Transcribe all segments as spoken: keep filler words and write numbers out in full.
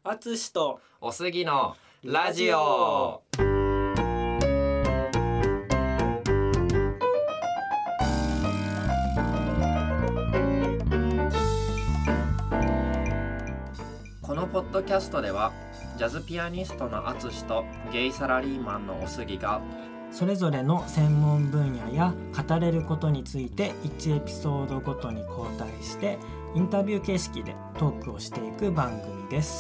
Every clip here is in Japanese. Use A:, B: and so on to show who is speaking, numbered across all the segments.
A: あつしと
B: おすぎのラジオ。このポッドキャストではジャズピアニストのあつしとゲイサラリーマンのおすぎが
A: それぞれの専門分野や語れることについていちエピソードごとに交代してインタビュー形式でトークをしていく番組です。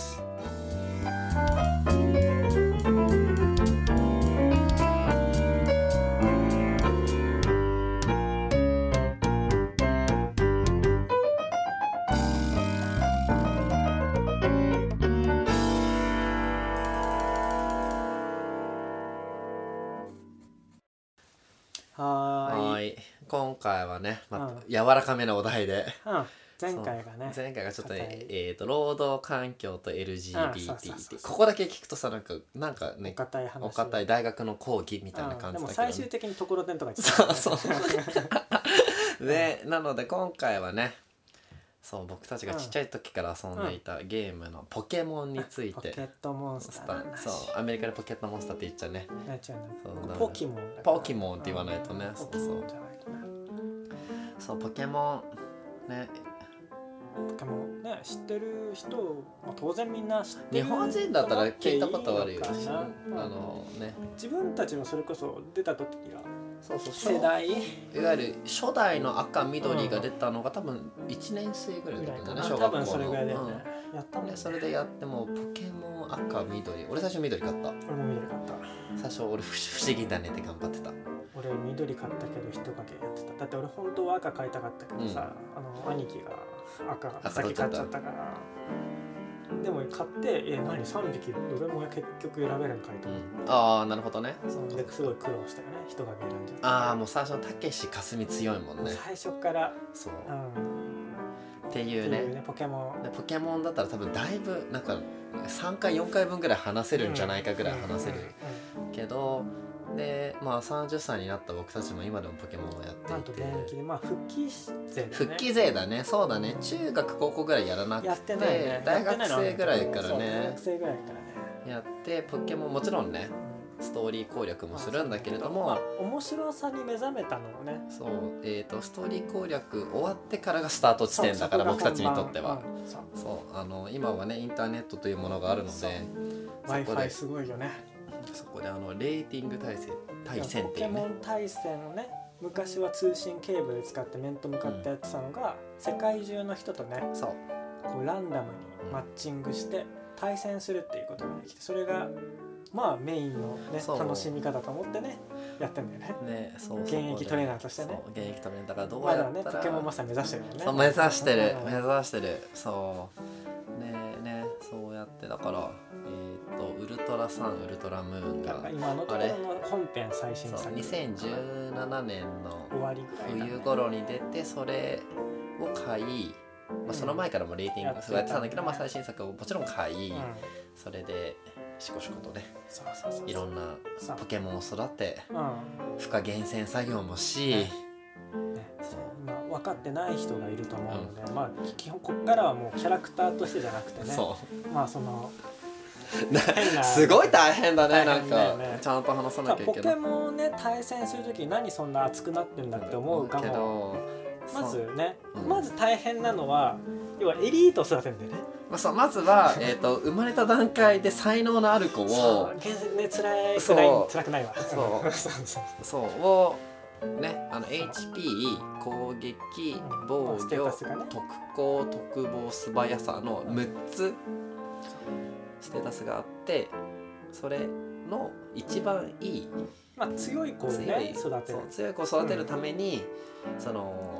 A: はーい。
B: はい今回はね、ま
A: うん
B: 柔らかめのお題で、
A: うん前回がね
B: 前回がちょっとね
A: 硬い
B: えーと労働環境と エルジービーティー
A: あそうそうそうそう
B: ってここだけ聞くとさなんかなんかね
A: お堅い話
B: お堅い大学の講義みたいな感じだけど、
A: うんでも最終的にところてんとか言って
B: そうそうでなので今回はねそう僕たちがちっちゃい時から遊んでいたゲームのポケモンについて、
A: ポケットモンスターの話
B: そうアメリカでポケットモンスターって言っちゃうね
A: なっちゃうんだ
B: そう
A: ポキモンだから
B: ポキモンって言わないとね、
A: ん
B: そうそう
A: ポキモンじゃないとね
B: そうポケモンね
A: ポケモンね知ってる人、まあ、当然みんな知ってる
B: 日本人だったら聞いたことあるよ
A: と思っていいのかな、
B: あのね
A: 自分たちもそれこそ出た時は
B: そうそう
A: 世代
B: いわゆる初代の赤緑が出たのが多分いちねん生ぐらい
A: ぐ
B: だったんだね、
A: らいかな
B: 小学校の
A: 多分それぐらいだよね、
B: うん
A: やったもんね
B: でそれでやってもポケモン赤緑俺最初緑買った
A: 俺も緑買った
B: 最初俺不不思議だねって頑張ってた
A: 俺緑買ったけど一かけやってただって俺本当は赤買いたかったけどさ、あの兄貴が赤先買っちゃったからでも買ってえ何さんびきどれも結局選べるんかいと思って、
B: うん、ああなるほどね
A: そのですごい苦労したよね人が選んじゃって
B: ああもう最初のたけしかすみ強いもんね
A: 最初から
B: そう、
A: うん
B: ってい
A: っていうう
B: ね
A: ねポケモン
B: でポケモンだったら多分だいぶなんかさんかいよんかいぶんぐらい話せるんじゃないかぐらい話せるけどでまあさんじゅっさいになった僕たちも今でもポケモンをやって
A: なんと
B: いて
A: 現役でまあ復帰勢で、ね、
B: 復帰勢だねそうだね中学高校ぐらいやらなくて
A: やってないね
B: 大学生ぐらいから
A: そう大
B: ね
A: 学生ぐらいからね
B: やってポケモンもちろんねストーリー攻略もするんだけれども、
A: まあ、面白さに目覚めたのをね
B: そうえーとストーリー攻略終わってからがスタート地点だから僕たちにとっては、
A: うんそう
B: そうあの今はねインターネットというものがあるので
A: Wi-Fi すごいよね
B: そこであのレーティング対戦対戦っていうね
A: ポケモン対戦をね昔は通信ケーブル使って面と向かってやってたのが、うん、世界中の人とね
B: そう
A: こうランダムにマッチングして対戦するっていうことができてそれがまあメインの、ね、楽しみ方と思ってねやってんだよね
B: ねそう
A: 現役トレーナーとしてね
B: そう現役トレーナーだからどう
A: まだ
B: やったら、
A: ねポケモンマスター目指してるよね
B: そう目指してる
A: うん
B: 目指してるそうねねそうやってだからえっ、とウルトラサンウルトラムーンが
A: 今のところの本編最新作
B: そうにせんじゅうななねんの
A: 終わりぐらいだね
B: 冬頃に出てそれを買い、まあ、その前からもレーティングそうやってたんだけど、まあ、最新作をもちろん買い、
A: うん
B: それでしこしことね
A: そうそうそうそう
B: いろんな
A: そう
B: ポケモンを育て
A: うん
B: 負荷厳選作業もし、
A: ねそう今分かってない人がいると思うので、うん、まあ基本こっからはもうキャラクターとしてじゃなくてね
B: そう
A: まあその
B: 変なすごい大変だねなんか、
A: ね、
B: ちゃんと話さなきゃいけない
A: ポケモンをね対戦するときに何そんな熱くなってんだって思うかも
B: けど
A: まずね、
B: うん、
A: まず大変なのは要はエリートを育てるんだよね
B: まあ、そうまずは、えー、と生まれた段階で才能のある子を
A: そうね辛い
B: そう
A: 辛い辛くないわ
B: そう
A: そうそう
B: そうをねあの エイチピー 攻撃防
A: ステー
B: 御、
A: タスがね
B: 特攻特防素早さのむっつステータスがあってそれの一番いい、
A: まあ、強い子を
B: 強い
A: ね育てる
B: そう強い子を育てるために、うん、その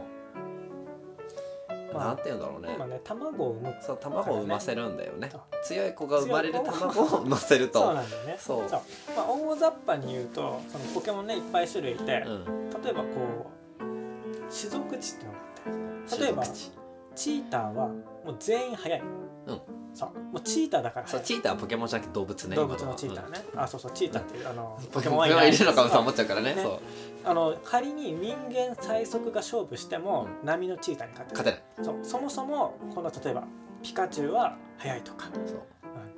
A: まあ
B: なんていうんだろうね
A: まあね卵を産む
B: そう卵を産ませるんだよね
A: そう
B: 強い子が生まれる卵を産ませると
A: そうなんだよね
B: そう
A: そうまあ、大雑把に言うとそのポケモンねいっぱい種類いて、
B: うん、
A: 例えばこう種族値っていうのがあって例えばチーターはもう全員速い、
B: うん、
A: そうもうチーターだから
B: そうチーターはポケモンじゃなくて動物ね
A: 動物のチーターね、うん、あそうそうチーターっていうあの
B: ポケモンはいるのかと思っちゃうからね、
A: ね
B: そう
A: あの仮に人間最速が勝負しても、うん、波のチーターに勝てる
B: 勝てない
A: そうそもそもこの例えばピカチュウは速いとか
B: そう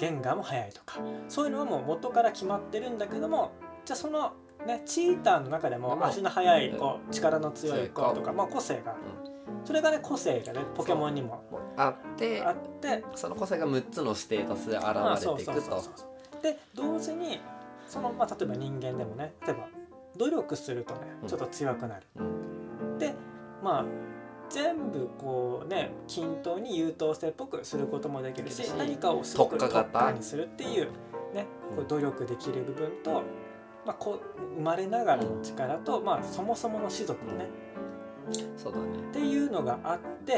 A: ゲンガーも速いとか、そういうのはもう元から決まってるんだけども、じゃあそのねチーターの中でも足の速い子、力の強い子とか、まあ個性が、それがね個性がねポケモンにも
B: あって
A: あって、
B: その個性がむっつのステータスで現れていくと。
A: で同時にその、まあ、例えば人間でもね、例えば努力するとねちょっと強くなる、うん、でまあ全部こうね均等に優等生っぽくすることもできるし、何かをすごく特化にするっていうね、こう努力できる部分と、まあ、こう生まれながらの力と、まあ、そもそもの種族のね、
B: そうだね
A: っていうのがあって、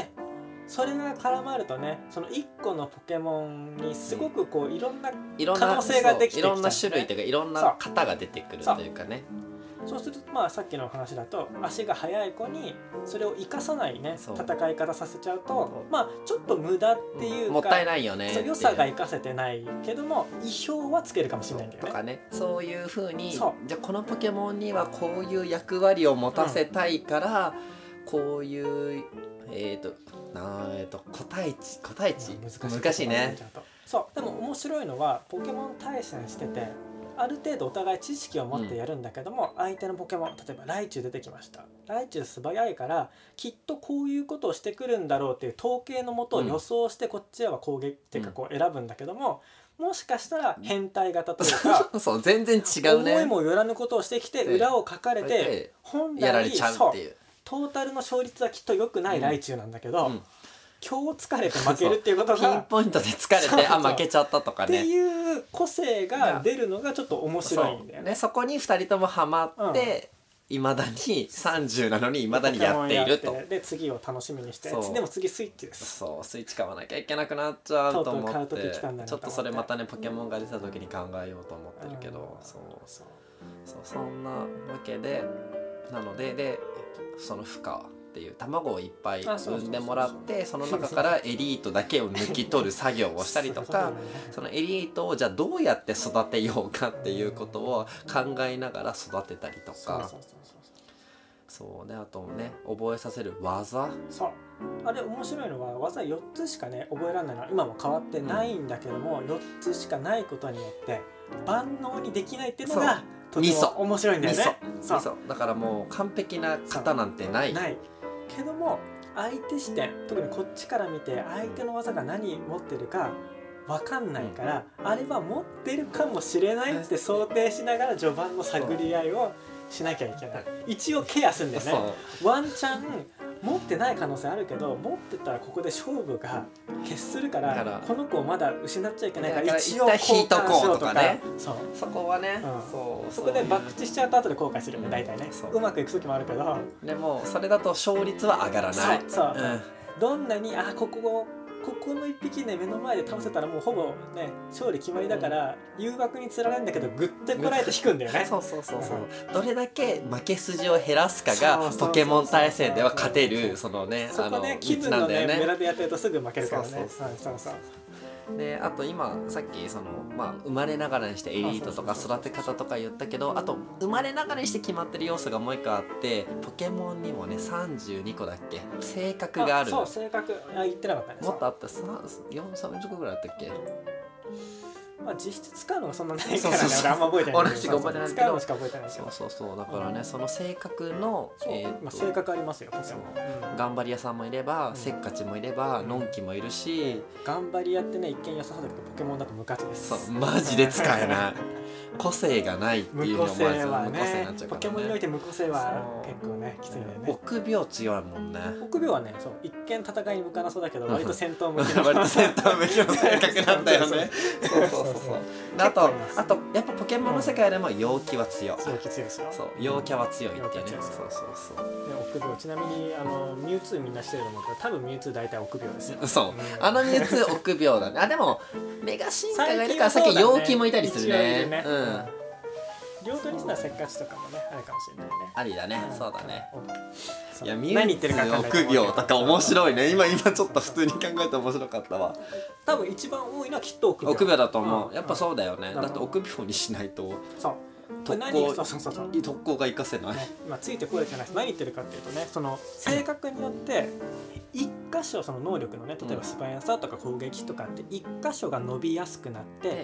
A: それが絡まるとね、そのいっこのポケモンにすごくこういろんな可能性ができてきた、ね、
B: いろんな種類というかいろんな型が出てくるというかね。
A: そうすると、まあ、さっきの話だと足が速い子にそれを生かさないね戦い方させちゃうと、まあちょっと無駄っていうか、うん、
B: もったいないよねっていう、
A: 良さが生かせてないけども意表はつけるかもしれないんだよね。
B: とかね、そういう風にじゃあこのポケモンにはこういう役割を持たせたいから、うん、こういうえっ、ー、となえっ、ー、と個体値個体値難しいね。
A: そうでも面白いのはポケモン対戦してて、ある程度お互い知識を持ってやるんだけども、うん、相手のポケモン、例えばライチュウ出てきました。ライチュウ素早いからきっとこういうことをしてくるんだろうっていう統計のもとを予想してこっちは攻撃っていうかこう選ぶんだけども、もしかしたら変態型というか
B: そう全然違うね、
A: 思いもよらぬことをしてきて裏を書かれて本
B: やられちゃうっていう、
A: トータルの勝率はきっと良くないライチュウなんだけど、うんうん、今日疲れて負けるっていうことが
B: ピンポイントで疲れてあ負けちゃったとかね
A: っていう個性が出るのがちょっと面白いんだよね。
B: そ, ねそこにふたりともハマっていま、うん、だにさんじゅうなのにいまだにやっていると。
A: で次を楽しみにして、でも次スイッチです。
B: そうスイッチ買わなきゃいけなくなっちゃうと思って、ちょっとそれまたねポケモンが出た時に考えようと思ってるけど、うん、そうそうそうそんなわけでなのででその負荷っていう卵をいっぱい産んでもらって、その中からエリートだけを抜き取る作業をしたりとかそのエリートをじゃあどうやって育てようかっていうことを考えながら育てたりとか、そうね、あとね覚えさせる技、
A: そうあれ面白いのは技よっつしかね覚えられないのは今も変わってないんだけども、うん、よっつしかないことによって万能にできないっていうのがとても面白いんだよね。
B: そうそうだからもう完璧な型なんてない
A: ないけども、相手視点、特にこっちから見て相手の技が何持ってるか分かんないから、うん、あれは持ってるかもしれないって想定しながら序盤の探り合いをしなきゃいけない。一応ケアするんだよね。ワンチャン持ってない可能性あるけど、持ってたらここで勝負が決するから、からこの子をまだ失っちゃいけないから一応交換しようとかね。そう、
B: そこはね、
A: うん、そうそこで博打しちゃった後で後悔するよね、大体ね。うまくいく時もあるけど、
B: でもそれだと勝率は上がらない。
A: そうそう、うん、どんなにあここをここの一匹ね目の前で倒せたらもうほぼね勝利決まりだから、うん、誘惑につられるんだけどグッてこらえて引くんだよね。
B: そうそうそうそう、うん、どれだけ負け筋を減らすかがポケモン対戦では勝てるそのね、
A: そこね気分のねメラでやってるとすぐ負けるからね。そうそうそうそう。
B: であと今さっきその、まあ、生まれながらにしてエリートとか育て方とか言ったけど、あと生まれながらにして決まってる要素がもう一個あって、ポケモンにもねさんじゅうにこだっけ性格がある。
A: そう性格あ言ってなかったね。
B: もっとあったよん、さんじゅっこぐらいあったっけ。
A: まあ、実質使うのがそんなないからね、俺あんま覚えてない。
B: 同じが覚えてないけど、
A: 使うのしか覚えてないですよ。
B: そうそうそう、だからね、うん、その性格の、
A: えーまあ、性格ありますよ、ポケモ
B: ン、うん、頑張り屋さんもいれば、うん、せっかちもいれば、のんきもいるし、
A: 頑張り屋ってね、一見良さそうだけどポケモンだと無価値です。
B: そう、マジで使えない個性がないっていうのも
A: 無個性はね、ポケモンにおいて無個性は結構ね、きついんだよね。
B: 臆病強いもんね。
A: 臆病はね、そう、一見戦いに向かなそうだけど、割と戦闘向きの
B: 割と戦闘向きの性格なんだよね。そうそうそうそう。あと、あとやっぱポケモンの世界でも陽気は強い。
A: 陽気強いですよ。
B: そう、陽キャは強いっていうね。そうそうそう。
A: で、臆病。ちなみにあのミュウツーみんなしてると思うけど、多分ミュウツー大体臆病ですよ。
B: そう。あのミュウツー臆病だね。あ、でもメガ進化がいるからさっき陽気もいたりするね。うん。
A: 両方にしたらせっかちとかもねあるかもしれないね。
B: ありだね、そうだね。
A: いや、ミュウツー
B: 臆病とか面白いね。今今ちょっと普通に考えて面白かったわ。
A: 多分一番多いのはきっと臆病。
B: 臆病だと思う。やっぱそうだよね。だって臆病にしないと。
A: そう。特攻
B: 特攻が活かせない。
A: まあついてこれてない。何言ってるかっていうとね、その性格によって一箇所その能力のね、例えば素早さとか攻撃とかっていっ箇所が伸びやすくなって、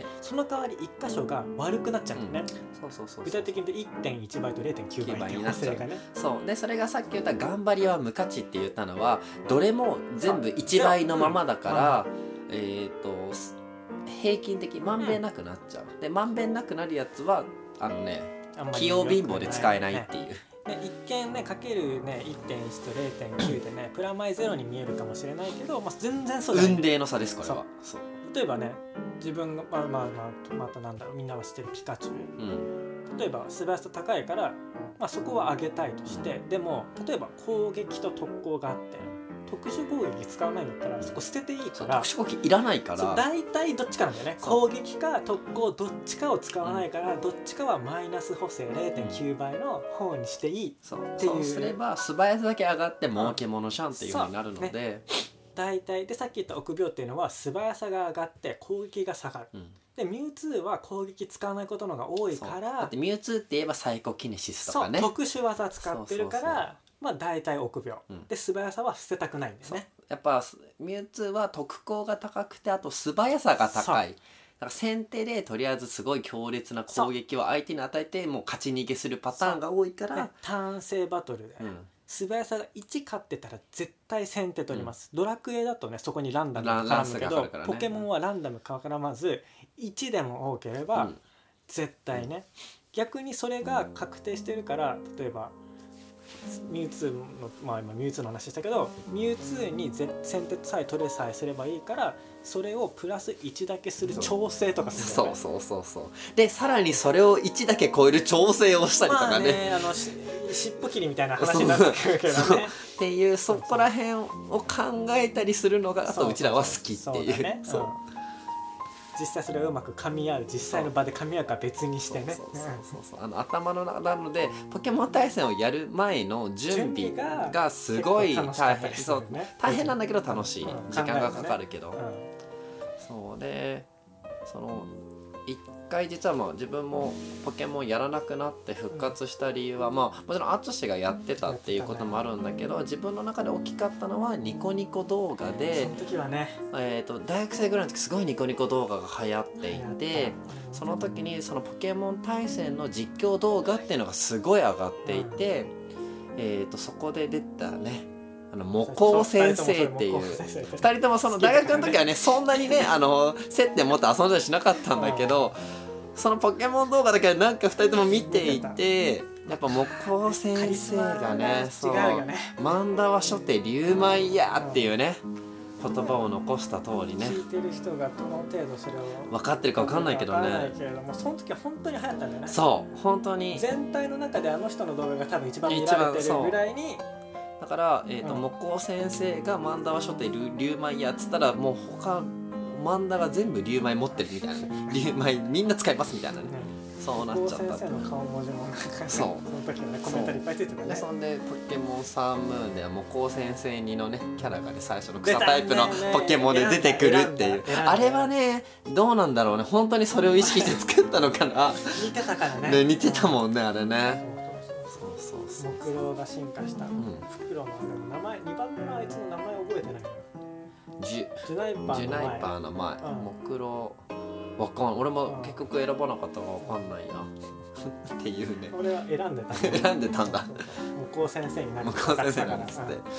A: その代わりいっ箇所が悪くなっちゃうんだよね、
B: うん、そうそうそうそう、
A: 具体的に言うと いってんいち 倍と れいてんきゅう 倍っていう補正がね。
B: そうでそれがさっき言った頑張りは無価値って言ったのはどれも全部いちばいのままだから、うん、えっと平均的まんべんなくなっちゃう、うん、でまんべんなくなるやつはあのね器用貧乏で使えないっていう、ね
A: ね、一見ねかけるね いってんいち と れいてんきゅう でねプラマイゼロに見えるかもしれないけど、まあ、全然そうじゃない。
B: 運命の差ですこれは。
A: そうそう例えばね自分がまあまあまあまたなんだろうみんなは知ってるピカチュウ、うん、例えば素早さ高いから、まあ、そこは上げたいとして、うん、でも例えば攻撃と特攻があって特殊攻撃使わないんだったらそこ捨てていいから
B: 特殊攻撃いらないから
A: 大体どっちかなんだよね。攻撃か特攻どっちかを使わないから、うん、どっちかはマイナス補正 れいてんきゅう 倍の方にしていいっていう、
B: そうすれば素早さだけ上がって儲けものじゃんっていう風になるので、ね、
A: 大体でさっき言った臆病っていうのは素早さが上がって攻撃が下がる、うん、でミュウツーは攻撃使わないことのが多いから
B: だってミュウツーって言えばサイコキネシスとかね
A: そう特殊技使ってるからそうそうそうまあ大体臆病、うん、で素早さは捨てたくないんだよね。
B: やっぱミュウツーは特攻が高くてあと素早さが高いだから先手でとりあえずすごい強烈な攻撃を相手に与えてもう勝ち逃げするパターンが多いから、ね、
A: ターン制バトルで、うん、素早さがいち勝ってたら絶対先手取ります、うん、ドラクエだとねそこにランダムが絡むけど、ね、ポケモンはランダム絡まずいちでも多ければ、うん、絶対ね逆にそれが確定してるから例えばミュウツーのまあ今ミュウツーの話したけどミュウツーに先手さえ取れさえすればいいからそれをプラスいちだけする調整とかするんだよね。
B: そうそうそうそうでさらにそれをいちだけ超える調整をしたりとかね、まあね
A: あのし尻尾切りみたいな話になってくるけどね
B: っていうそこら辺を考えたりするのがあとうちらは好きっていう
A: そうそうそうそうだね、そう実際それをうまく噛み合う実際の場で噛み合うか別にしてね
B: 頭の中なのでポケモン対戦をやる前の準備がすごい大変、そう大変なんだけど楽しい、時間がかかるけど、そうでその一回実はまあ自分もポケモンやらなくなって復活した理由はまあもちろん淳がやってたっていうこともあるんだけど自分の中で大きかったのはニコニコ動画で
A: その時はね
B: えと大学生ぐらいの時すごいニコニコ動画が流行っていてその時にそのポケモン対戦の実況動画っていうのがすごい上がっていてえとそこで出たねあの木工先生っていうふたりともその大学の時はねそんなにねあの接点持って遊んだりしなかったんだけどそのポケモン動画だけはなんかふたりとも見ていてやっぱ木工先生がねそうマンダワ書店龍舞やっていうね言葉を残した通りね
A: 聞いてる人がどの程度それを
B: 分かってるか分かんないけどね分かんない
A: けれどもその時は本当に流行ったんだよね。
B: そう本当に
A: 全体の中であの人の動画が多分一番見られてるぐらいに
B: だから、えーとうん、木工先生がマンダワ書店龍舞やっつったらもう他マンダが全部龍舞持ってるみたいなね龍舞みんな使いますみたいなね、うん、そうなっちゃった。木工先生の顔文字もなんか、ね、そうその
A: 時のねコメントいっぱいついてたね。
B: そんでポケモンサームーンでは木工先生にのねキャラがね最初の草タイプのポケモンで出てくるっていうあれはねどうなんだろうね本当にそれを意識して作ったのかな
A: 似てたからね
B: ね似てたもんねあれね
A: 木狼が進化した、うん、フクロウの名前にばんめのあいつの名前覚えてないの
B: ジュ
A: ジュナイパーの前
B: ジュナイパーの前、うん、木狼わかん俺も結局選ばなかったからわかんないなっていうね
A: 俺は選んでた
B: 選んでたんだ
A: 木工先生になる
B: 木工先生なんつってそう、ね、いや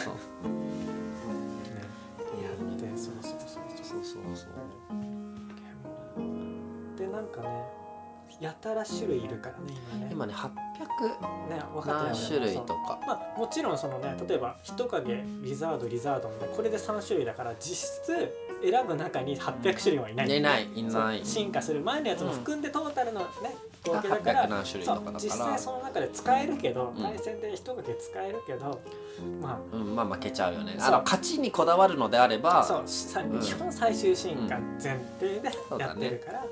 A: でそうそうそうそうそうそうでなんかねやたら種類いるからね今ね
B: 今ねはっぴゃく
A: ね
B: 何種類とか、
A: まあ、もちろんそのね例えば人影リザードリザードもねこれでさん種類だから実質選ぶ中にはっぴゃく種類はいない、
B: いないいない
A: 進化する前のやつも含んでトータルのね、うん、合計だから
B: はっぴゃく何種類とかだから
A: 実際その中で使えるけど、うん、対戦で人影使えるけどまあ、
B: うん、まあ負けちゃうよねあの勝ちにこだわるのであれば
A: そう、うん、基本最終進化前提でやってるから、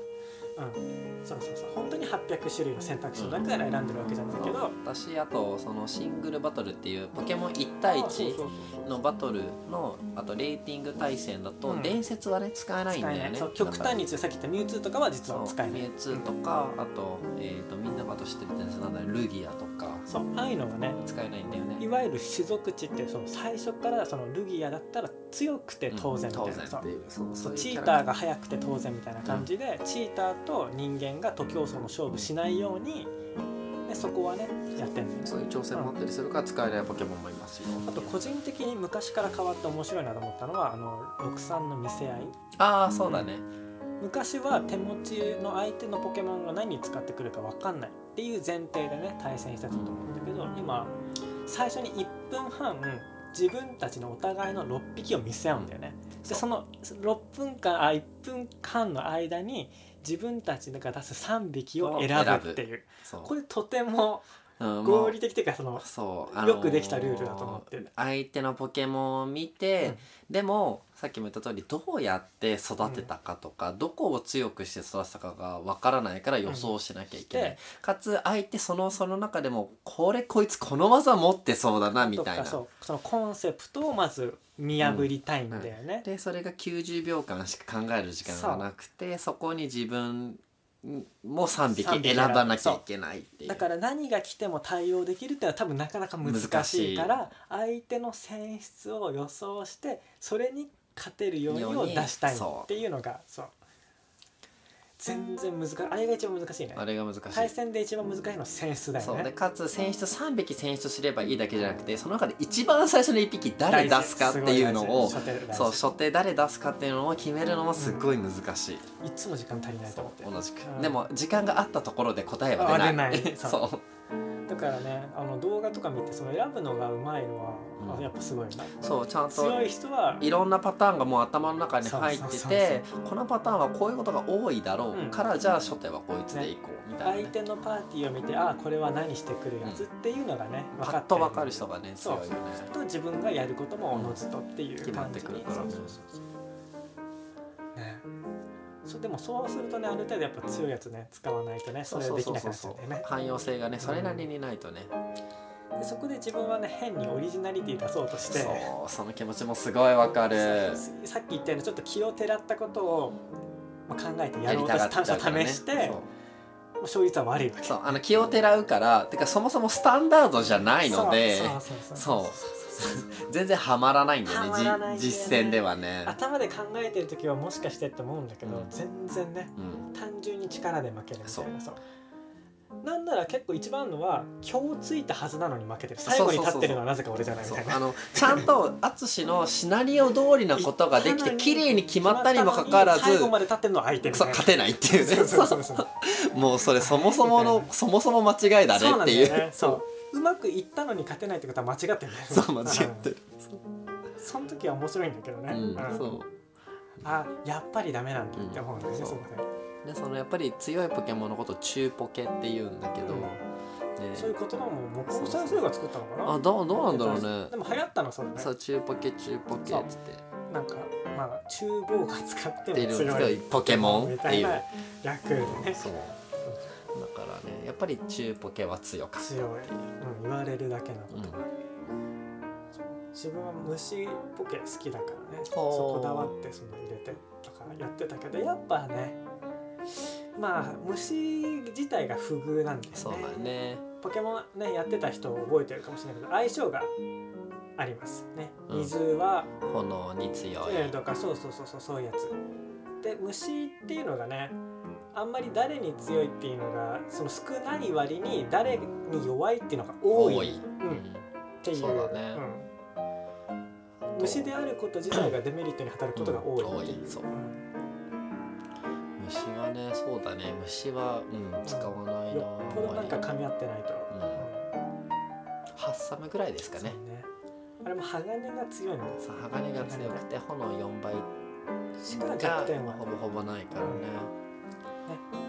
A: うん、そうそうそう本当にはっぴゃくしゅるいの選択肢の中から選んでるわけじゃないけど、
B: 私あとそのシングルバトルっていうポケモンいち対いちのバトルのあとレーティング対戦だと伝説はね使えないんだよね、
A: そう極端にさっき言ったミュウツーとかは実は使えない。
B: ミュウツーとかあと、えー、とみんながと知ってる伝説なんだろうルギアとか
A: そうああいうのがね
B: 使えないんだよね。
A: いわゆる種族値ってその最初からそのルギアだったら強くて当然みたいな、うん、当然っていうそうそうチーターが速くて当然みたいな感じで、うん、チーターと人間が徒競走の勝負しないように、でそこはねやってんのよね。
B: そういう挑戦もあったりするから使えないポケモンもいますよ。
A: あと個人的に昔から変わって面白いなと思ったのはあのろくさんの見せ合い。
B: ああそうだね、
A: うん、昔は手持ちの相手のポケモンが何に使ってくるか分かんないっていう前提でね対戦してたと思うんだけど、今最初にいっぷんはん自分たちのお互いのろっぴきを見せ合うんだよね。でそのろっぷんかんあいっぷんはんの間に自分たちが出すさんびきを選ぶっていう、これとても合理的というかそのそうあのー、よくできたルールだと思ってる。
B: 相手のポケモンを見て、うん、でもさっきも言った通りどうやって育てたかとか、うん、どこを強くして育てたかがわからないから予想しなきゃいけない、うん、かつ相手そのその中でもこれこいつこの技持ってそうだなみたいな、
A: そうそのコンセプトをまず見破りたいんだよね、
B: うんうん、でそれがきゅうじゅうびょうかんしか考える時間がなくて そ, そこに自分もうさんびき選ばなきゃいけないっていう。
A: だから何が来ても対応できるっていうのは多分なかなか難しいから相手の選出を予想してそれに勝てるようにを出したいっていうのがそう全然難しい。あれが一番難しいね。
B: あれが難しい。
A: 対戦で一番難しいのは選出だよね。
B: そうでかつ選出さんびき選出すればいいだけじゃなくてその中で一番最初のいっぴき誰出すかっていうのをそう初手誰出すかっていうのを決めるのもすごい難しい、
A: うん、いつも時間足りないと思って
B: 同じく、うん、でも時間があったところで答えは出ない。
A: 出ない
B: そう
A: そうだからねあの動画とか見てその選ぶのがうまいのは、うん、やっぱすごいな。
B: そうちゃんと
A: 強い人はい
B: ろんなパターンがもう頭の中に入っててこのパターンはこういうことが多いだろうから、うん、じゃあ初手はこいつでいこうみたいな、ね、
A: 相手のパーティーを見てああこれは何してくるやつっていうのがね、
B: うん、パッと分かる人がね強いよね。
A: そうと自分がやることもおのずとっていう感じに
B: 決まってくるからね。そうそう
A: そうねそうでもそうするとねある程度やっぱ強いやつね使わないとねそれできなくなっちゃうんだよね。
B: 汎用性がねそれなりにないとね、
A: うん、でそこで自分はね変にオリジナリティ出そうとして
B: そうその気持ちもすごいわかる。
A: さっき言ったようにちょっと気をてらったことを考えてやろうとして、ね、試して勝率は悪いわけ。
B: そうあの気をてらうからてかそもそもスタンダードじゃないのでそう全然ハマらないんだよ ね, ね実践ではね。
A: 頭で考えてる時はもしかしてって思うんだけど、うん、全然ね、うん、単純に力で負けるみたいな。そうなんなら結構一番のは今日ついたはずなのに負けてる最後に立ってるのはなぜか俺じゃないみたいな。
B: あのちゃんと淳のシナリオ通りのことができて綺麗に決まったにもかかわらず
A: 最後まで立ってるのは相手みたいな。
B: 勝てないっていうね。もうそれそもそものそもそも間違いだねっていう。そうなんだよね。そう
A: うまくいったのに勝てないってことは間違ってるんだよね。
B: そう間違ってる。
A: その時は面白いんだけどね、うんうん、そうあやっぱりダメなんだって思うんだよね、うん、そう
B: でそのやっぱり強いポケモンのことを中ポケって言うんだけど、うん
A: ね、そういう言葉も木工先生が作ったのかな。
B: あどうどうなんだろうね。
A: でも流行ったのそうだね。
B: そう中ポケ中ポケっつって
A: なんかまあ厨房が使っても強い
B: ポケモンっていう
A: 役でね。
B: そうだからねやっぱり中ポケは強かった
A: 強い、うん、言われるだけのこと、うん自分は虫ポケ好きだからねそうこだわってその入れてとかやってたけどやっぱねまあ虫自体が不遇なんですね。
B: そうだね。
A: ポケモンねやってた人覚えてるかもしれないけど相性がありますね。水は、
B: うん、炎に強い
A: とかそうそうそうそうそういうやつで虫っていうのがねあんまり誰に強いっていうのがその少ない割に誰に弱いっていうのが多い、
B: 多い、
A: うん、っていう
B: そうだね、
A: うん虫であること自体がデメリットに働くことが多い、
B: うん、多いそう、うん、虫はねそうだね虫は、うん、使わないな、うん、
A: よっぽどなんか噛み合ってないと、うんうん、
B: ハッサムぐらいですかね。ね
A: あれも鋼が強いの
B: そう鋼が強くて炎よんばい
A: しか弱点は
B: ほぼほぼないからね、
A: うん、ね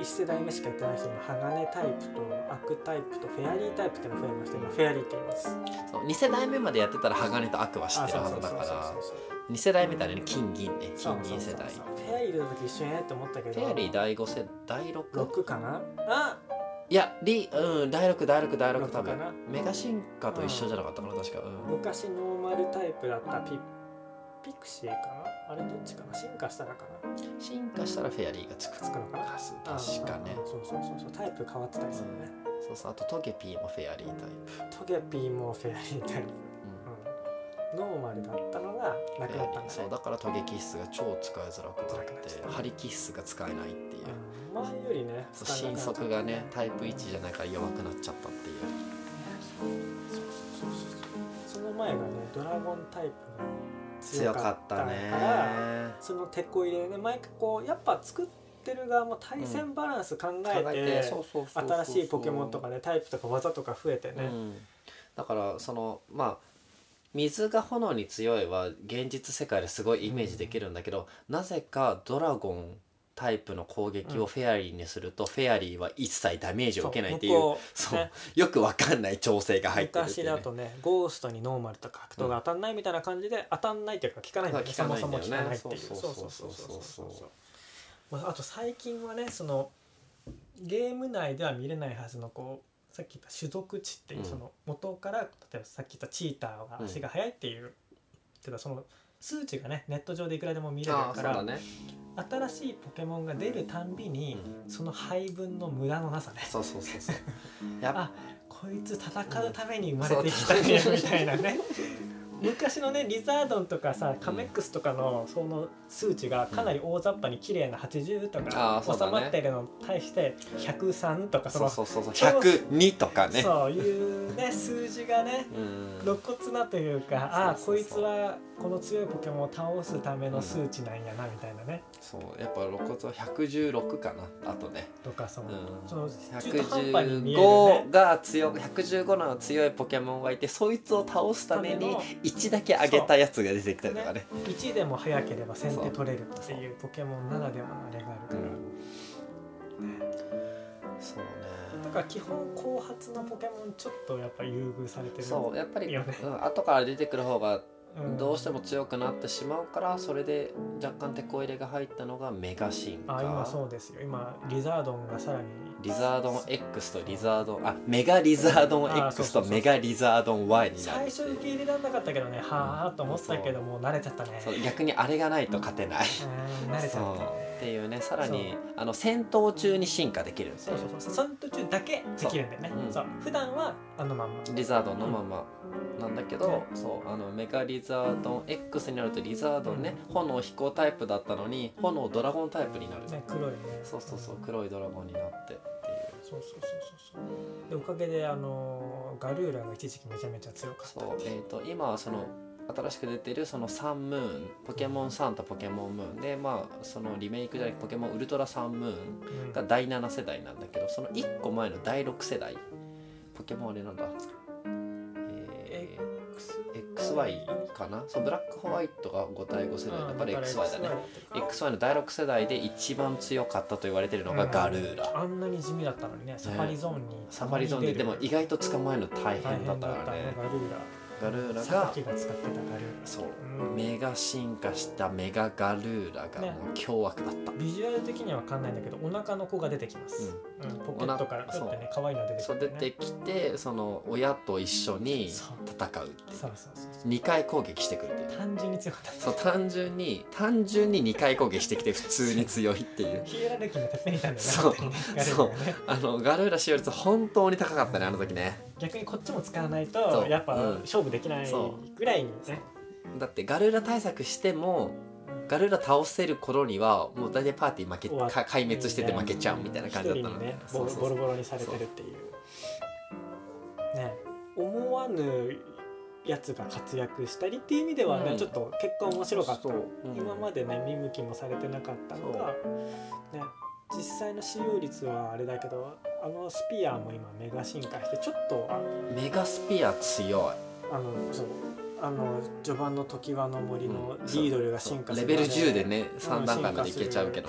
A: いち世代目しかやってない人も鋼タイプとアクタイプとフェアリータイプっていうのが増えまして、今フェアリーって言います。
B: そうに世代目までやってたら鋼とアクは知ってるはずだからに世代目だね、金銀ね、金銀世代。
A: そうそうそうそう、フェアリーの時一緒やねって思ったけど、
B: フェアリーだいご世だいろく？
A: ろくかなあ、
B: いやリうんだいろくだいろくだいろく多分メガ進化と一緒じゃなかったかな、確か、うん、
A: 昔ノーマルタイプだったピピクシーかな、あれどっちかな、進化したらかな、
B: 進化したらフェアリーがつく
A: つくのかな、
B: 確かね、
A: そうそうそうそう、タイプ変わってたりするね、
B: うん、そうそう、あとトゲピーもフェアリータイプ、
A: トゲピーもフェアリータイプ、うん、ノーマルだったのがなくなったんだね。
B: そうだからトゲキッスが超使いづらくなってハリキッスが使えないっていう、
A: うん、前よりね
B: 神速がねタイプいちじゃないから弱くなっちゃったっていう、
A: そうそうそうそう、その前がねドラゴンタイプが
B: 強かったから、
A: そのテこ入れね、毎回こうやっぱ作ってる側も対戦バランス考えて新しいポケモンとかねタイプとか技とか増えてね、うん、
B: だからそのまあ水が炎に強いは現実世界ですごいイメージできるんだけど、うん、なぜかドラゴンタイプの攻撃をフェアリーにすると、うん、フェアリーは一切ダメージを受けないっていう、そう、ね、よくわかんない調整が入ってるっていう、ね、
A: 昔だとねゴーストにノーマルとか格闘が当たんないみたいな感じで、うん、当たんないっていうか効かないんだよね、そもそも効かないっていう、そうそうそうそうそう、あと最近はねそのゲーム内では見れないはずのこうさっき言った種族値っていうその元から、例えばさっき言ったチーターが足が速いっていう、うん、その数値がねネット上でいくらでも見れるから、ね、新しいポケモンが出るたんびに、うん、その配分の無駄のなさね、
B: そうそうそうそう
A: やあこいつ戦うために生まれてきたんやみたいなね昔のねリザードンとかさカメックスとかのその数値がかなり大雑把に綺麗なはちじゅうとか収まっているのに対してひゃくさんとかその
B: そうそうそうひゃくにとかね、
A: そういうね数字がね露骨なというか、ああこいつはこの強いポケモンを倒すための数値なんやなみたいなね、
B: そうやっぱ露骨はひゃくじゅうろくかな、あとね
A: とかその、うん、その
B: ひゃくじゅうごが強いひゃくじゅうごの強いポケモンがいて、そいつを倒すためにいちだけ上げたやつが出てきたりとかね、
A: いちでも早ければ先手取れるっていうポケモンならではのあれがあるから、うんね、そうね、だから基本後発のポケモンちょっとやっぱ優遇されてる、
B: そうやっぱり、うん、後から出てくる方がどうしても強くなってしまうから、それで若干テこ入れが入ったのがメガ進化。
A: あ、今そうですよ。今リザードンがさらに
B: リザードン X とリザードンあメガリザードン X とメガリザードン Y になる。
A: 最初受け入れられなかったけどね、はあと思ったけどもう慣れちゃったね。
B: そう逆にあれがないと勝てない。
A: 慣れちゃった、ね、
B: っていうね、さらにあの戦闘中に進化できるんですよ。
A: そうそうそう、戦闘中だけできるんだよね。そう、うん、そう普段はあのまんま
B: リザードンのままなんだけど、うん、そうあのメガリザードン X になるとリザードンね、うん、炎飛行タイプだったのに炎ドラゴンタイプになる、
A: ね、黒いね、
B: そうそうそう、黒いドラゴンになってっていう、
A: そうそうそうそうでおかげであのガルーラが一時期めちゃめちゃ強かった。
B: そう、えーと今はその新しく出てるそのサンムーン、ポケモンサンとポケモンムーンで、まあそのリメイクじゃなくてポケモンウルトラサンムーンがだいなな世代なんだけど、そのいっこまえのだいろく世代ポケモンあれなんだ、えー、エックスワイ かな、そうブラックホワイトがご対ご世代だから エックスワイ だね。 エックスワイ のだいろく世代で一番強かったと言われてるのがガルーラ、
A: うん、あんなに地味だったのにね、サファリゾーンに、ね、
B: サファリゾーンででも意外と捕まえるの大変だったからね、
A: ガルーラ
B: ガルーラが
A: が使ってたガルーラ、
B: そう、うん、メガ進化したメガガルーラがもう凶悪だった、
A: ね、ビジュアル的には分かんないんだけどお腹の子が出てきます、うんうん、ポケットからちょっとね可愛いの出てきて、ね、
B: そう出てきて、その親と一緒に戦うっていう、そうそうそうにかい攻撃してくるっていう、
A: 単純に強かった、
B: そう単純に単純ににかい攻撃してきて普通に強いっていう
A: ヒエラルキーのてっぺんにいたんだよね、
B: そう、そうあのガルーラ使用率本当に高かったね、あの時ね。
A: 逆にこっちも使わないとやっぱ勝負できないぐらいにね、
B: うん、だってガルーラ対策してもガルーラ倒せる頃にはもう大体パーティー負けか壊滅してて負けちゃうみたいな感じだったの
A: ね、ボロボロボロにされてるっていうね、思わぬやつが活躍したりっていう意味ではね、うん、ちょっと結果面白かった、うん、今までね見向きもされてなかったのがね、実際の使用率はあれだけど、あのスピアも今メガ進化してちょっと
B: メガスピア強い、
A: あのそうあの序盤の常盤の森のリードルが進化する、
B: レベルじゅうでねさん段階までいけちゃうけどね、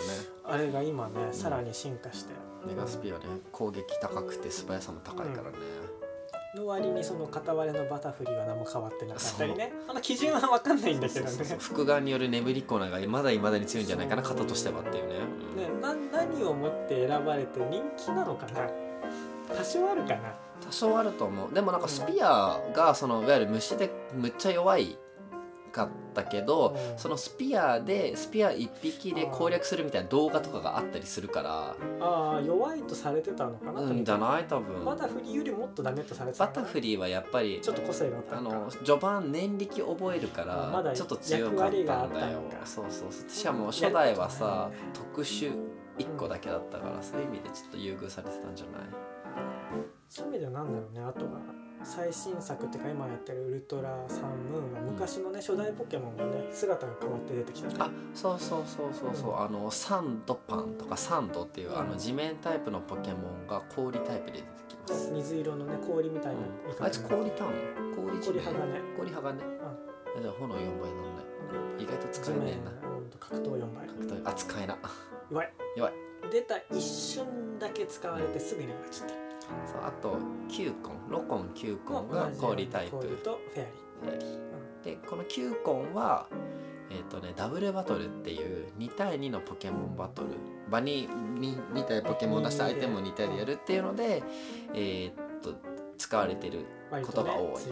A: あれが今ね、うん、さらに進化して、
B: メガスピアね攻撃高くて素早さも高いからね、
A: うん、の割にその片割れのバタフリーは何も変わってなかったりね、あの基準は分かんないんだけどね。そうそうそう、複眼による眠り粉がまだいまだに強いんじゃないかな、型としてはっていうね、うん、ねな何をもって選ばれて人気なのかな、多少あるかな。
B: 多少あると思う。でもなんかスピアがそのいわゆる虫でむっちゃ弱いかったけど、うん、そのスピアでスピアいっぴきで攻略するみたいな動画とかがあったりするから、
A: ああ弱いとされてたのかな、
B: うんじゃない多分。
A: バタフリーよりもっとダメとされてたのかな。
B: バタフリーはやっぱり
A: ちょっと個性があったのか、
B: あの序盤念力覚えるからまだちょっと強かったんだよ。そうそうそう。しかも初代はさ、ね、特殊いっこだけだったから、うん、そういう意味でちょっと優遇されてたんじゃない。
A: そういう意味ではなんだろうね。あとは最新作っていうか今やってるウルトラサンムーンは昔のね、うん、初代ポケモンがね姿が変わって出てきたね。
B: あ、そうそうそうそうそう、うん、あのサンドパンとかサンドっていう、うん、あの地面タイプのポケモンが氷タイプで出てきます。
A: 水色のね氷みたいな、
B: うん、あいつ氷タウン氷地面
A: 氷鋼
B: 氷鋼、うん、え、じゃあ炎よんばいなんない、うん、意外と使えねえな。
A: 格闘よんばい
B: 格闘あ使えな
A: 弱い
B: 弱い。
A: 出た一瞬だけ使われてすぐになっちゃった。
B: そう、あときゅうコンロコンきゅうコンが氷タイプ、
A: 氷とフェアリー、
B: フェアリー、うん、でこのきゅうコンはえーとね、ダブルバトルっていうに対にのポケモンバトル、場に 2, に体ポケモンを出した相手もに体でやるっていうので、えー、と使われてることが多い、ね、うん、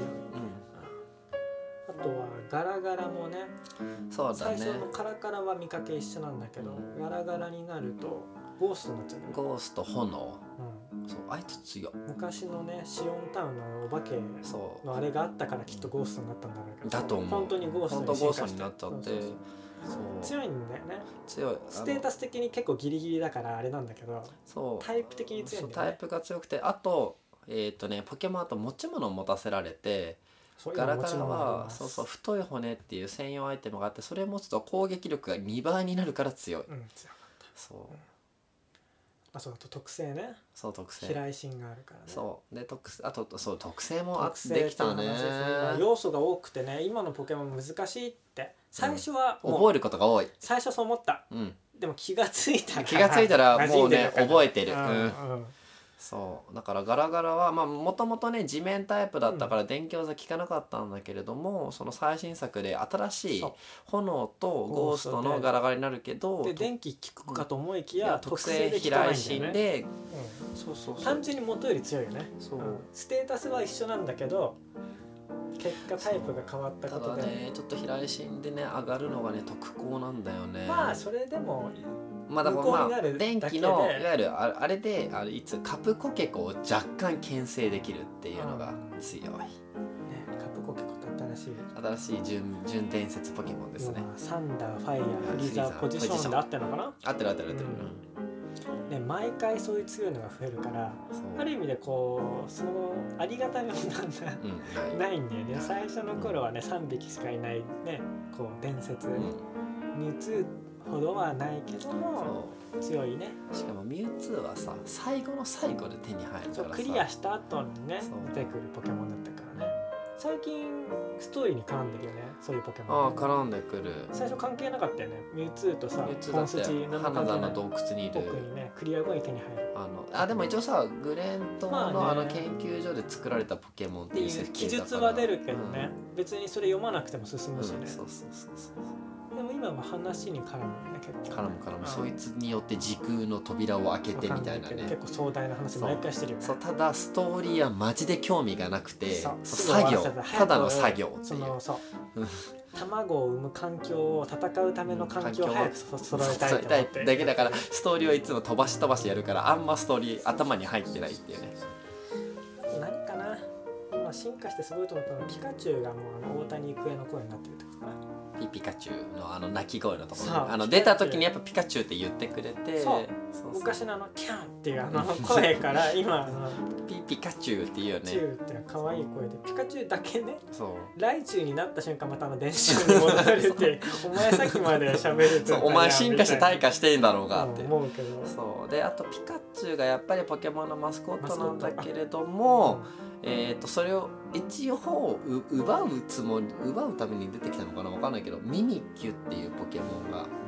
A: あとはガラガラもね、
B: そうだね、
A: 最初のカラカラは見かけ一緒なんだけど、うん、ガラガラになるとゴーストになっちゃう、ね、
B: ゴースト炎、うん、そうあいつ強い。
A: 昔のねシオンタウンのお化けのあれがあったからきっとゴーストになったんだろうけど、
B: だと思う。
A: 本当にゴーストに進化して
B: なっちゃって、そうそうそう
A: 強いんだよね。
B: 強い。
A: ステータス的に結構ギリギリだからあれなんだけど、
B: そう
A: タイプ的に強いんだよね。
B: タイプが強くて、あとえっ、ー、とねポケモンあと持ち物を持たせられて、ガラガラはそうそう太い骨っていう専用アイテムがあって、それを持つと攻撃力がにばいになるから強い。
A: うん、強かった。
B: そう。うん、
A: あ、そう、あと特性ね。
B: そう特性。
A: 飛来心があるからね。
B: そうで特あとそう特性もあってできたね。
A: 要素が多くてね、今のポケモン難しいって最初は
B: もう、うん、覚えることが多い。
A: 最初そう思った。
B: うん。
A: でも気がついたら
B: 気がついたらもうね覚えてる。
A: うん。うん、
B: そうだからガラガラはまあもともとね地面タイプだったから電気技効かなかったんだけれども、うん、その最新作で新しい炎とゴーストのガラガラになるけど、
A: で電気効くかと思いきや、
B: いや特性飛来心で、
A: うん、そうそうそう単純に元より強いよね。そう、うん、ステータスは一緒なんだけど結果タイプが変わったことで、
B: ただねちょっと飛来心でね上がるのがね特攻なんだよね。
A: まあそれでも
B: まあだからまあ電気のいわゆるあれであれいつカプコケコを若干牽制できるっていうのが強い、ね、
A: カプコケコって新しい
B: 新しい準準伝説ポケモンですね。
A: サンダーファイヤーフリーザーポジションで合ってるのかな。
B: 合ってる合ってる合ってる、
A: うん、ね、毎回そういう強いのが増えるからある意味でこうそのありがたみもなんだ、うん、ないんだよね。最初の頃はねさんびきしかいないねこう伝説、うん、ミュウツーほどはないけども強いね。
B: しかもミュウツーはさ最後の最後で手に入るからさ、
A: クリアした後にね出てくるポケモンだったからね。最近ストーリーに絡んでるよねそういうポケモン。
B: ああ絡んでくる。
A: 最初関係なかったよね。ミュウツーとさ本筋
B: の花田の洞窟にいる
A: 奥にねクリア後に手に入る。
B: あのあでも一応さグレン島の、まあね、あの研究所で作られたポケモンっていう設計だから
A: 記述は出るけどね、うん、別にそれ読まなくても進むしね、
B: うん、そうそうそうそう。
A: でも今は話に絡むね結構、
B: ね、絡む絡む、そいつによって時空の扉を開けてみたいなね。
A: 結構壮大な話毎回してるよね。
B: そうただストーリーはマジで興味がなくてそう作業ただの作業っていう。そのそう
A: 卵を産む環境を戦うための環境を早く揃えたいと思って
B: だけだからストーリーはいつも飛ばし飛ばしやるからあんまストーリー頭に入ってないっていうね。
A: 何かな今進化してすごいと思ったのはピカチュウがもうあの大谷育英の声になってるってことかな。
B: ピピカチュウのあの鳴き声のところあの出た時にやっぱピカチュウって言ってくれて、
A: そうそう昔のあのキャンっていうあの声から今あの
B: ピピカチュウっていうよね。
A: ピカチュウって可愛い声でピカチュウだけね。
B: そう
A: ライチュウになった瞬間またあの電子に戻れてお前さっきまで喋ると
B: お前進化して退化してんだろうがって
A: 思うけど。
B: そうであとピカチュウがやっぱりポケモンのマスコットなんだけれども、えー、とそれを一応奪うつもり奪うために出てきたのかな分かんないけどミミキュっていうポケモンが出てきて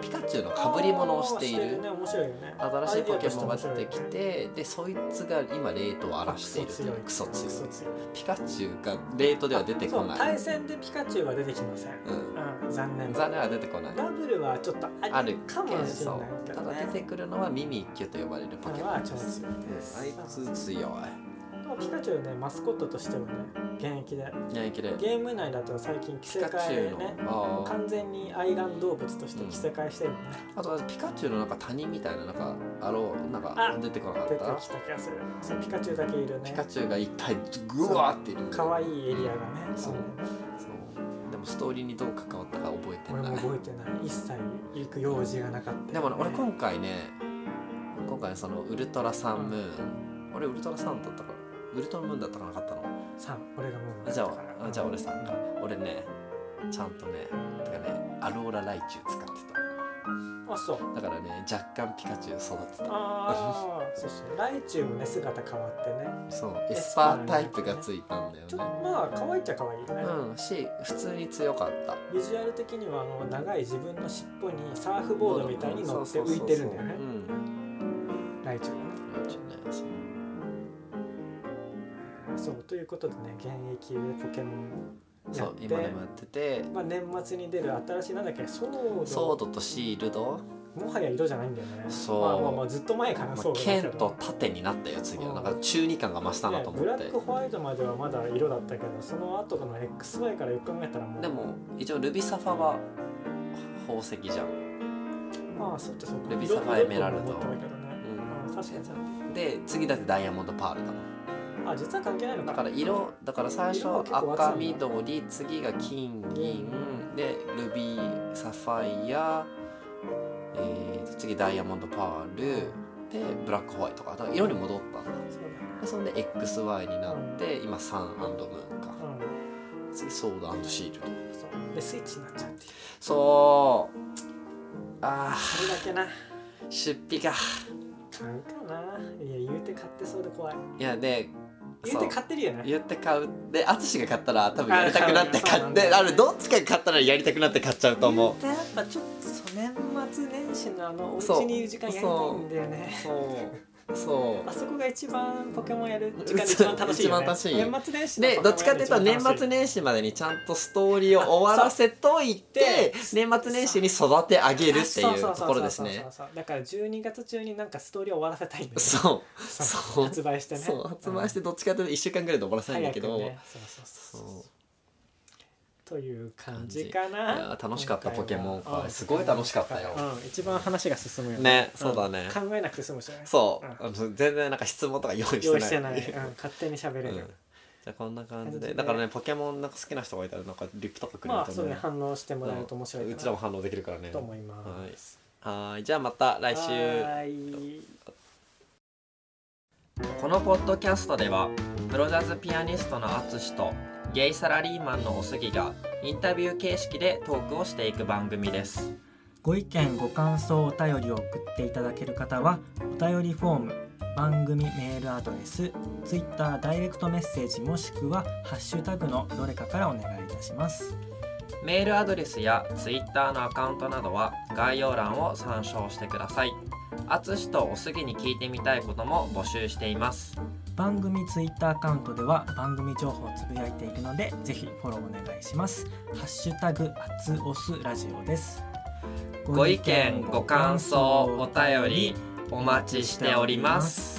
B: ピカチュウの被り物をしている、
A: ね、面白いよね、
B: 新しいポケモンが出てきて、でそいつが今レートを荒らしている。クソ強い。ピカチュウがレートでは出てこない。
A: 対戦でピカチュウは出てきません、うんうん、残念
B: 残念は出てこない。
A: ダブルはちょっとあるかもしれないけど、ね、
B: ただ出てくるのはミミッキュと呼ばれるポケモンです。
A: 強いです、
B: あいつ強い。
A: ピカチュウね、マスコットとしてもね、現役で
B: 現役で
A: ゲーム内だと最近着せ替えね、完全に愛玩動物として着せ替えしてるもんね、
B: うん、あとはピカチュウのなんか谷みたいななんかあろうなんか出てこなかった。
A: 出てきた気がする。そうピカチュウだけいるね。
B: ピカチュウがいっぱいグワーっている。
A: 可愛いエリアがね。
B: そう。そうでもストーリーにどう関わったか覚えてない。
A: 俺も覚えてない。一切行く用事がなかった、ね。
B: でも、ね、俺今回ね、今回そのウルトラサンムーン、うん、俺ウルトラサンだったから。ウルトラムーンだったかなかったの
A: さん、俺がムーンだ
B: ったから。じゃあ俺さんか。俺ね、ちゃんとね、てかね、アローラライチュウ使って
A: た。あ、そう。
B: だからね、若干ピカチュウ育てた。
A: ああ、そうそう。ライチュウもね、姿変わってね。
B: そう、エスパータイプがついたんだよね。
A: ちょっとまあ可愛いっちゃ可愛いよね。
B: うん、し、普通に強かった。
A: ビジュアル的にはあの長い自分の尻尾にサーフボードみたいに乗って浮いてるんだよね。ライチュウがね。
B: ライチュウね、そう。
A: そうということでね、現役でポケモンやって、
B: そう今でもやってて、
A: まあ、年末に出る新しいなんだっけ、ソード
B: ソードとシールド、
A: もはや色じゃないんだよね。
B: そう、
A: まあまあまあずっと前からそうだけど、
B: 剣と盾になったよ次は。なんか中二感が増したなと思って、
A: ね、ブラックホワイトまではまだ色だったけど、その後の エックスワイ からよく考えたらもう、
B: でも一応ルビサファは宝石じゃん。
A: まあそうってそうか、
B: ルビサファエメラルド、
A: うん、確かに確かに。
B: で次だってダイヤモンドパールだもん。
A: あ、実は関係ないのか。
B: だから色、だから最初赤緑、次が金銀でルビーサファイア、えー、次ダイヤモンドパールでブラックホワイトか、だから色に戻ったんだ。でそんで エックスワイ になって、うん、今サン&ムーンか、うん、次ソード&シールド、
A: そうでスイッチになっちゃうっていう。
B: そうああ、
A: それだけな
B: 出費が
A: 買うかな。いや言うて買ってそうで怖い。
B: いやで
A: 言って買ってるよね。
B: 言って買う。で、アツシが買ったら多分やりたくなって買って、あれどっちかが買ったらやりたくなって買っちゃうと思う。
A: やっぱちょっと年末年始のあのお家にいる時間やりたいんだよね。そうそう。あそこが一番ポケモンやる時間で一番楽しいよね。一番楽しい。年末年始の
B: で、どっちかっていうと年末年始までにちゃんとストーリーを終わらせといて、年末年始に育て上げるっていうところですね。
A: だからじゅうにがつ中になんかストーリーを終わらせたいんだよね。
B: そうそう。
A: 発売してね。
B: そう、発売してどっちかっていうといっしゅうかんぐらいで終わらせたいんだけど。そうそうそう。
A: という感じかな。
B: いや楽しかったポケモンか、すごい楽しかったよ。
A: うん、一番話が進むよ
B: ね。ね、そうだね。
A: 考えなくて済むしね。
B: そう、全然なんか質問とか用意してない。
A: 用意してない。勝手に喋れる。
B: じゃあこんな感じで、だからねポケモンなんか好きな人がいたらなんかリップとかくれるとね。
A: まあそうね、反応してもらえると面白いかな。
B: うちらも反応できるからね。
A: と思います。
B: はい、じゃあまた来週。
A: はい。
B: このポッドキャストではプロジャズピアニストのアツシとゲイサラリーマンのおすぎがインタビュー形式でトークをしていく番組です。
A: ご意見ご感想お便りを送っていただける方はお便りフォーム、番組メールアドレス、ツイッターダイレクトメッセージもしくはハッシュタグのどれかからお願いいたします。
B: メールアドレスやツイッターのアカウントなどは概要欄を参照してください。あつしとおすぎに聞いてみたいことも募集しています。
A: 番組ツイッターアカウントでは番組情報をつぶやいているのでぜひフォローお願いします。ハッシュタグあつおすラジオです。
B: ご意見ご感想お便りお待ちしております。